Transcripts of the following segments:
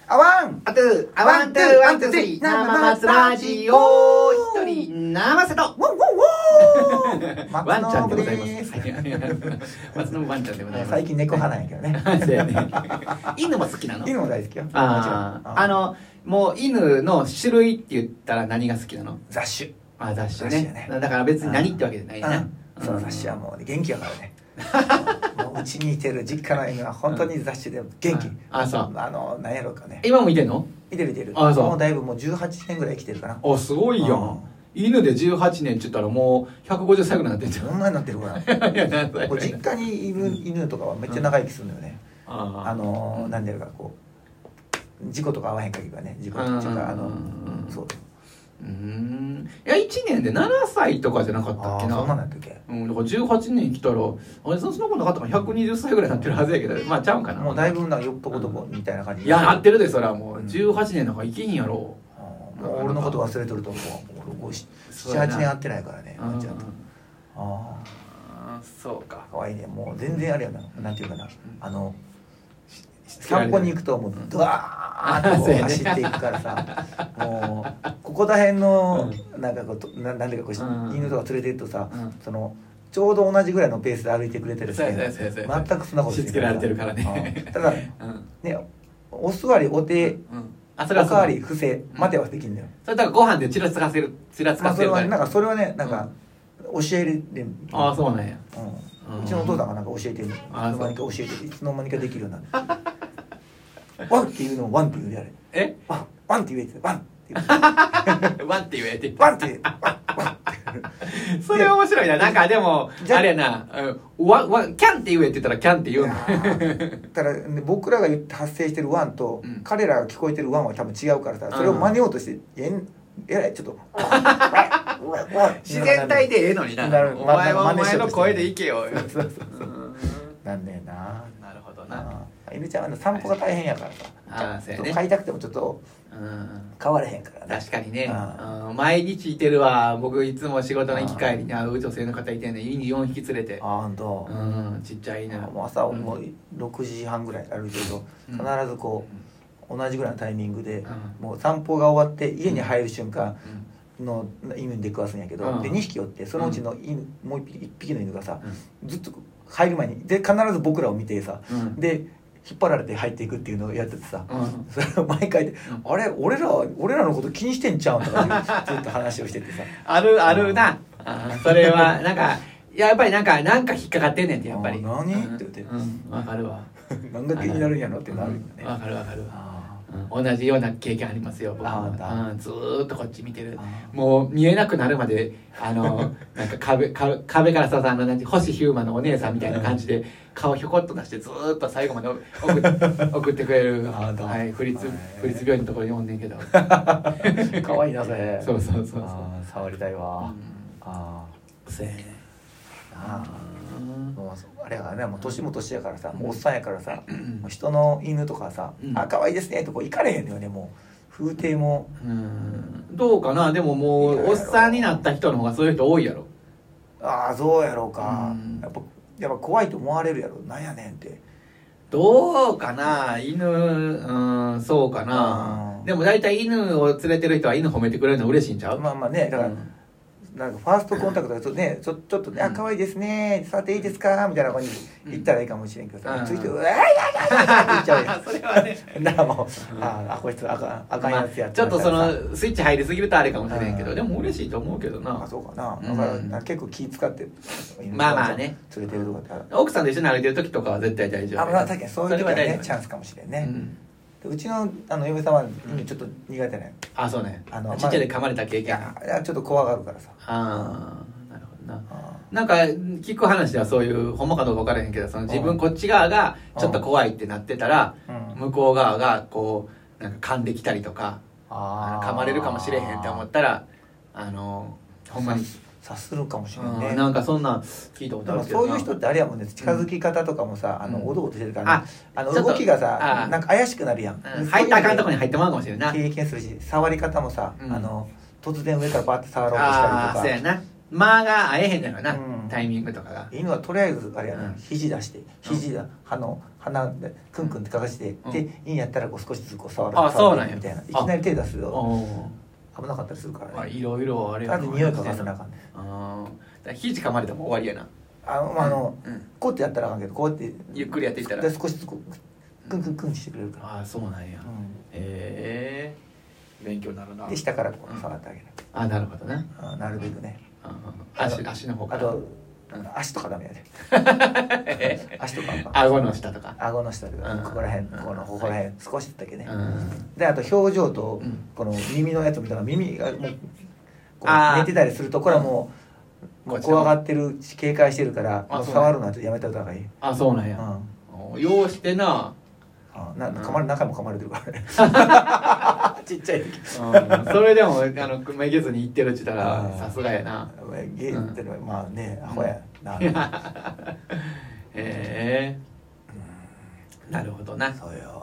あワンあとあワンツーワンツースリー生松ラジオ一人生瀬とウォンウォンウォーワンちゃんでございまですす。松信ワンちゃんでございます。 最近猫派なんやけどねそうやね。犬も好きなの？ 犬も大好きよ。 ああ、もう犬の種類って言ったら何が好きなの？ 雑種。 あ、雑種雑種ね。 ねだから別に何ってわけじゃないな。 その雑種はもうね元気やからねもううちにいてる実家の犬は本当に雑種で元気。 あ、そう。 何やろうかね。 今もいてんの？ いてるいてる。 あ、そう。 もうだいぶもう18年ぐらい生きてるかな。 あ、すごいやん。犬で18年って言ったらもう150歳ぐらいになってんじゃん。 そんなになってるからこれ実家にいる犬とかはめっちゃ長生きするのよね。なんでやるかこう事故とか合わへん限りはね。事故っていうかそう。 いや1年で7歳とかじゃなかったっけな。 そんなんだったっけ。 だから18年来たらあれそんなことなかったかな。120歳ぐらいになってるはずやけど、まあちゃうんかな。 もうだいぶなんかよっとことこみたいな感じ。 いやなってるで。それはもう18年なんか生きひんやろ。 もう俺のこと忘れてると思う。7、8年会ってないからね。 そうか。 かわいいね。もう全然あれやな。なんていうかな。散歩に行くともうドワーッとこう走っていくからさ、もうここら辺のなんかこうなんでかこう犬とか連れてるとさ、そのちょうど同じぐらいのペースで歩いてくれてるし、全くそんなことしつけられてるからね。 ただね、お座りお手おかわり伏せ待てはできんだよ。 それだからご飯でちらつかせるから。 それはねなんか教えるで。 ああそうなんや。 うちのお父さんがなんか教えてる。いつの間にか教えてる。いつの間にかできるようになる。ワンっていうのもワンって言うであれ。 え？ ワンって言えってワンって言う。 ワンって言えって。 ワンってそれ面白いな。なんかでもあれやな、キャンって言えって言ったらキャンって言うの。 ただ僕らが発生してるワンと彼らが聞こえてるワンは多分違うからさ、それを真似ようとしてえらいちょっと自然体でええのにな。お前はお前の声でいけよ。 なんだよな。 なるほどな。 犬ちゃんは散歩が大変やからさ、飼いたくてもちょっと飼われへんからね。 確かにね。毎日いてるわ。僕いつも仕事の行き帰りに会う女性の方いてね、犬4匹連れて。ちっちゃい犬。 もう朝もう6時半ぐらい歩いてると必ずこう同じぐらいのタイミングでもう散歩が終わって家に入る瞬間の犬に出くわすんやけど、で2匹おって、そのうちの犬もう1匹の犬がさずっと入る前にで必ず僕らを見てさ、で引っ張られて入っていくっていうのをやっててさ、それを毎回で「あれ俺らのこと気にしてんちゃうん?」とかずっと話をしててさあるな。それはなんかやっぱりなんか引っかかってんねんってやっぱり。 何って言ってわかるわ。 何が気になるんやろってなるよね。 わかる同じような経験ありますよ僕も。ずーっとこっち見てる。もう見えなくなるまでなんか壁からさ星ヒューマンのお姉さんみたいな感じで顔ひょこっと出してずーっと最後まで送ってくれる府立病院のところにおんねんけど。 可愛いなそれ。 そう触りたいわ。 せーもうあれやからね、もう年も年やからさ、もうおっさんやからさ、人の犬とかさ「あ可愛いですね」とこ行かれへんのよね。もう風景もどうかな。でももうおっさんになった人の方がそういう人多いやろ。 そうやろうか。やっぱ怖いと思われるやろ。なんやねんって。 どうかな。犬そうかな。でも大体犬を連れてる人は犬褒めてくれるの嬉しいんちゃう？ まあね、だからなんかファーストコンタクトだとね、ちょっとね「可愛いですね触っていいですか?」みたいな子に言ったらいいかもしれんけどさ、ついて「うわーやだ!」って言っちゃうよ。 それはね。 だからもうこいつあかんやつやって。 ちょっとそのスイッチ入りすぎるとあれかもしれんけど、でも嬉しいと思うけどな。 そうかな。だから結構気使ってまあね連れてるとかってある。 奥さんと一緒に歩いてる時とかは絶対大丈夫。 確かにそういう時はねチャンスかもしれんね。うちの嫁さんは犬ちょっと苦手ね。 そうね。ちっちゃいで噛まれた経験。 いやちょっと怖がるからさ。 なるほどな。なんか聞く話ではそういうほんまかどうか分からへんけど、その自分こっち側がちょっと怖いってなってたら向こう側がこうなんか噛んできたりとか噛まれるかもしれへんって思ったらほんまに察するかもしれないね。 なんかそんな聞いたことあるけどな。 そういう人ってあれやもんね、近づき方とかもさおどおどしてるからね、動きがさなんか怪しくなるやん。 入ったらあかんとこに入ってまうかもしれんな。 経験するし、触り方もさ突然上からバーって触ろうとしたりとか。 そうやな。間が合えへんだよな、タイミングとかが。 犬はとりあえずあれやな、肘出して肘だ鼻でクンクンってかかして、でいいんやったらこう少しずつこう触るみたいな、いきなり手出すと危なかったりするからね。 いろいろあれあと匂いかかせなあかんね。 肘噛まれても終わりやな。 こうってやったらあかんけど、こうやってゆっくりやっていったら少しずつこうクンクンクンしてくれるから。 そうなんや。勉強になるな。 で下からこう触ってあげる。 なるほどね。 なるべくね。 足の方から。 あと足とかダメやで。足とか顎の下とか。 顎の下とかここら辺、このここら辺少しだけね。であと表情とこの耳のやつみたいな、耳がもうこう寝てたりするとこれはもう怖がってるし警戒してるから触るのはやめた方がいい。 そうなんや。ようしてな。 何回も噛まれてるからね。ちっちゃい時。 それでもめげずに言ってるって言ったらさすがやな。 ゲーってのはまあねアホやな。 なるほどな。 そうよ。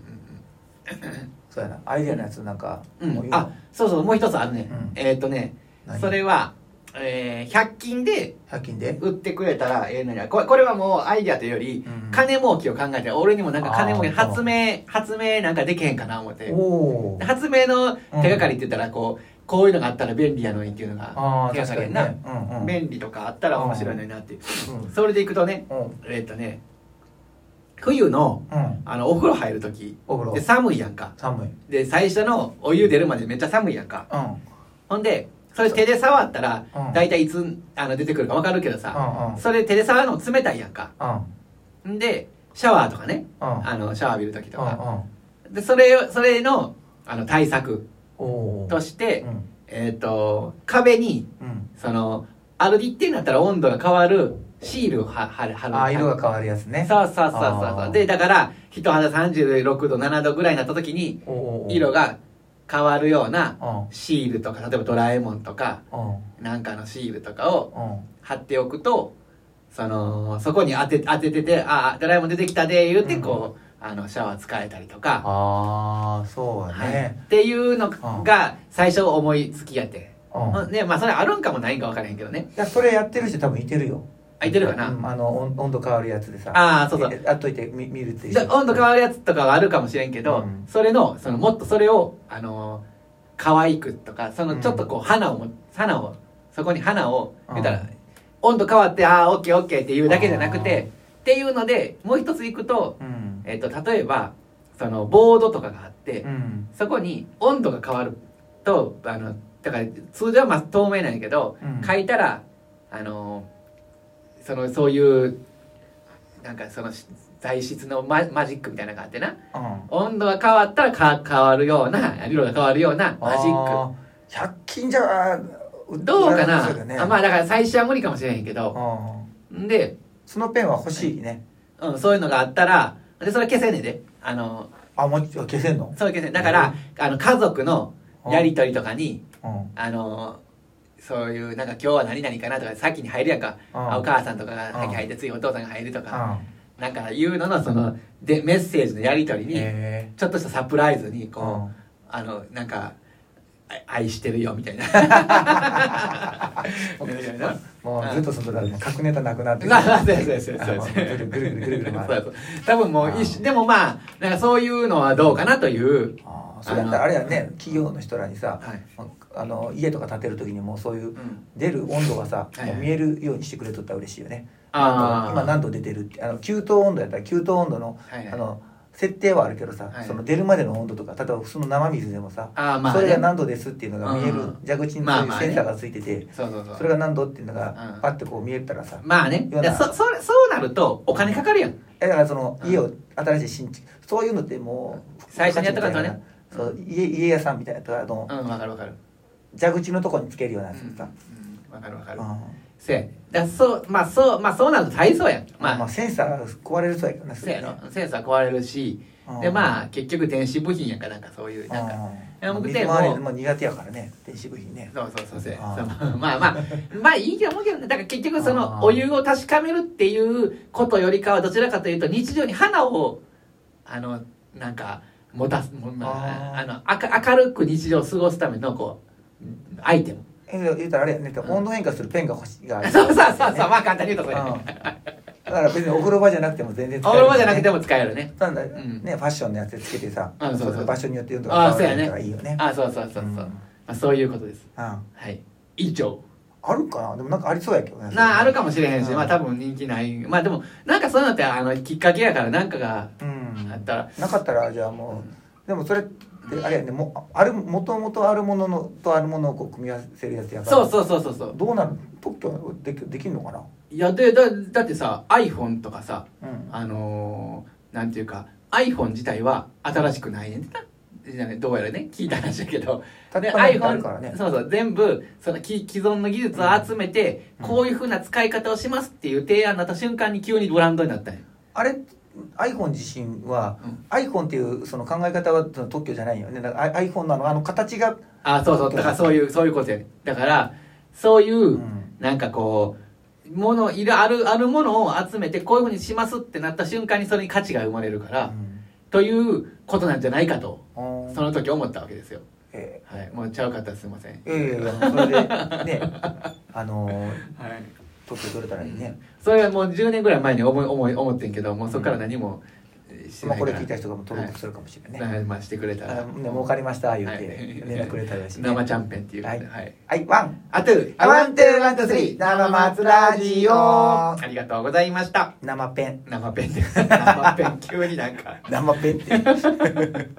そうやな。アイデアのやつなんか。 そうもう一つあるね。それは100均で売ってくれたらのにはこれはもうアイデアというより金儲けを考えて、俺にもなんか金儲け発明なんかできへんかな思って、発明の手がかりって言ったらこういうのがあったら便利やのにっていうのが手がかりやんな。便利とかあったら面白いのになっていう。それでいくとね、冬のお風呂入る時で寒いやんか。で最初のお湯出るまでめっちゃ寒いやんか。ほんでそれ手で触ったら大体いつ出てくるか分かるけどさ、それ手で触るのも冷たいやんか。でシャワーとかね、シャワー浴びる時とかでそれの対策として壁にある一定になったら温度が変わるシールを貼る。 色が変わるやつね。 そうでだから人肌36度7度ぐらいになった時に色が変わるようなシールとか、例えばドラえもんとかなんかのシールとかを貼っておくと、そこに当てててドラえもん出てきたで言うてこうシャワー使えたりとか。 そうね。 っていうのが最初思いつきやって。ね、まあそれあるんかもないんか分からへんけどね。 それやってる人多分いてるよ。 いてるかな。 温度変わるやつでさ。やっといて見るっていう。 温度変わるやつとかはあるかもしれんけど、それのもっとそれを可愛くとか、ちょっとこう花をそこに花を言ったら温度変わってオッケーオッケーっていうだけじゃなくてっていうので、もう一ついくと例えばボードとかがあって、そこに温度が変わるとだから通常はまあ透明なんやけど、書いたらそういうなんか材質のマジックみたいなのがあってな、温度が変わったら変わるような色が変わるようなマジック。 100均じゃどうかな。まあだから最初は無理かもしれへんけど、でそのペンは欲しいね。 そういうのがあったらでそれ消せんねんで。 もう消せんの？ そう消せん。だから家族のやり取りとかにそういうなんか今日は何々かなとか先に入るやんか。お母さんとかが先入って次お父さんが入るとか、なんかいうののでメッセージのやり取りにちょっとしたサプライズにこうなんか愛してるよみたいな。 もうずっとその角ネタなくなってそう多分もうでもまあなんかそういうのはどうかなという。 それやったらあれやね、企業の人らにさ、家とか建てる時にもそういう出る温度がさ見えるようにしてくれとったら嬉しいよね。今何度出てるって給湯温度やったら給湯温度の設定はあるけどさ、出るまでの温度とか、例えば普通の生水でもさ、それが何度ですっていうのが見える蛇口にそういうセンサーがついてて、それが何度っていうのがパッてこう見えたらさ、 まあね、そうなるとお金かかるやん。 だから家を新しい新築、そういうのってもう最初にやったからね、 家屋さんみたいなとか分かる分かる。 蛇口のとこにつけるようなやつさ、 分かる分かる。そうなると大層やん。 まあセンサー壊れるそうやけどね。 センサー壊れるし、でまあ結局電子部品やんか、なんかそういうなんか水回りも苦手やからね、電子部品ね。 そうまあいいと思うけどね。だから結局お湯を確かめるっていうことよりかはどちらかというと日常に花をなんか持たす、明るく日常を過ごすためのこうアイテム。 言うたらあれやね、温度変化するペンが欲しいがある。 そうまあ簡単に言うとそれ。 から別にお風呂場じゃなくても全然お風呂場じゃなくても使えるね。 なんだね、ファッションのやつつけてさ、 そう場所によって言うとか変わるからいいよね。 そういうことです。はい。以上。 あるかな、でもなんかありそうやけどね。 あるかもしれへんし、まあ多分人気ない。まあでも、なんかそういうのってきっかけやからなんかがあったら。 なかったら、じゃあもう、でもそれって、あれやね、もともとあるものとあるものをこう組み合わせるやつやから。 そう。 どうなる？特許できるのかな？ いや、だってさ、iPhone とかさ、なんていうか、iPhone 自体は新しくないねんな。どうやらね、聞いた話だけど、iPhone、そう、全部、その既存の技術を集めて、こういうふうな使い方をしますっていう提案になった瞬間に急にブランドになったんよ。 あれiPhone 自身は、iPhone っていうその考え方は特許じゃないよね。だから iPhone の形が。 そう、だからそういうことやね。だから、そういう、なんかこう、あるものを集めて、こういうふうにしますってなった瞬間にそれに価値が生まれるから、ということなんじゃないかと、その時思ったわけですよ。はい、もうちゃうかったらすいません。 それでね、取ってくれたらいいね。 それはもう10年ぐらい前に思ってんけど、もうそこから何もしてないから。これ聞いた人がも登録するかもしれないね。 まあしてくれたら。 儲かりました言って連絡くれたらしい。 生チャンペンっていう。はい。 ワン、 アトゥー、 ワン、ツー、ワン、ツー、スリー、生松ラジオ。 ありがとうございました。 生ペン。 生ペンって。生ペン、急になんか。 生ペンって。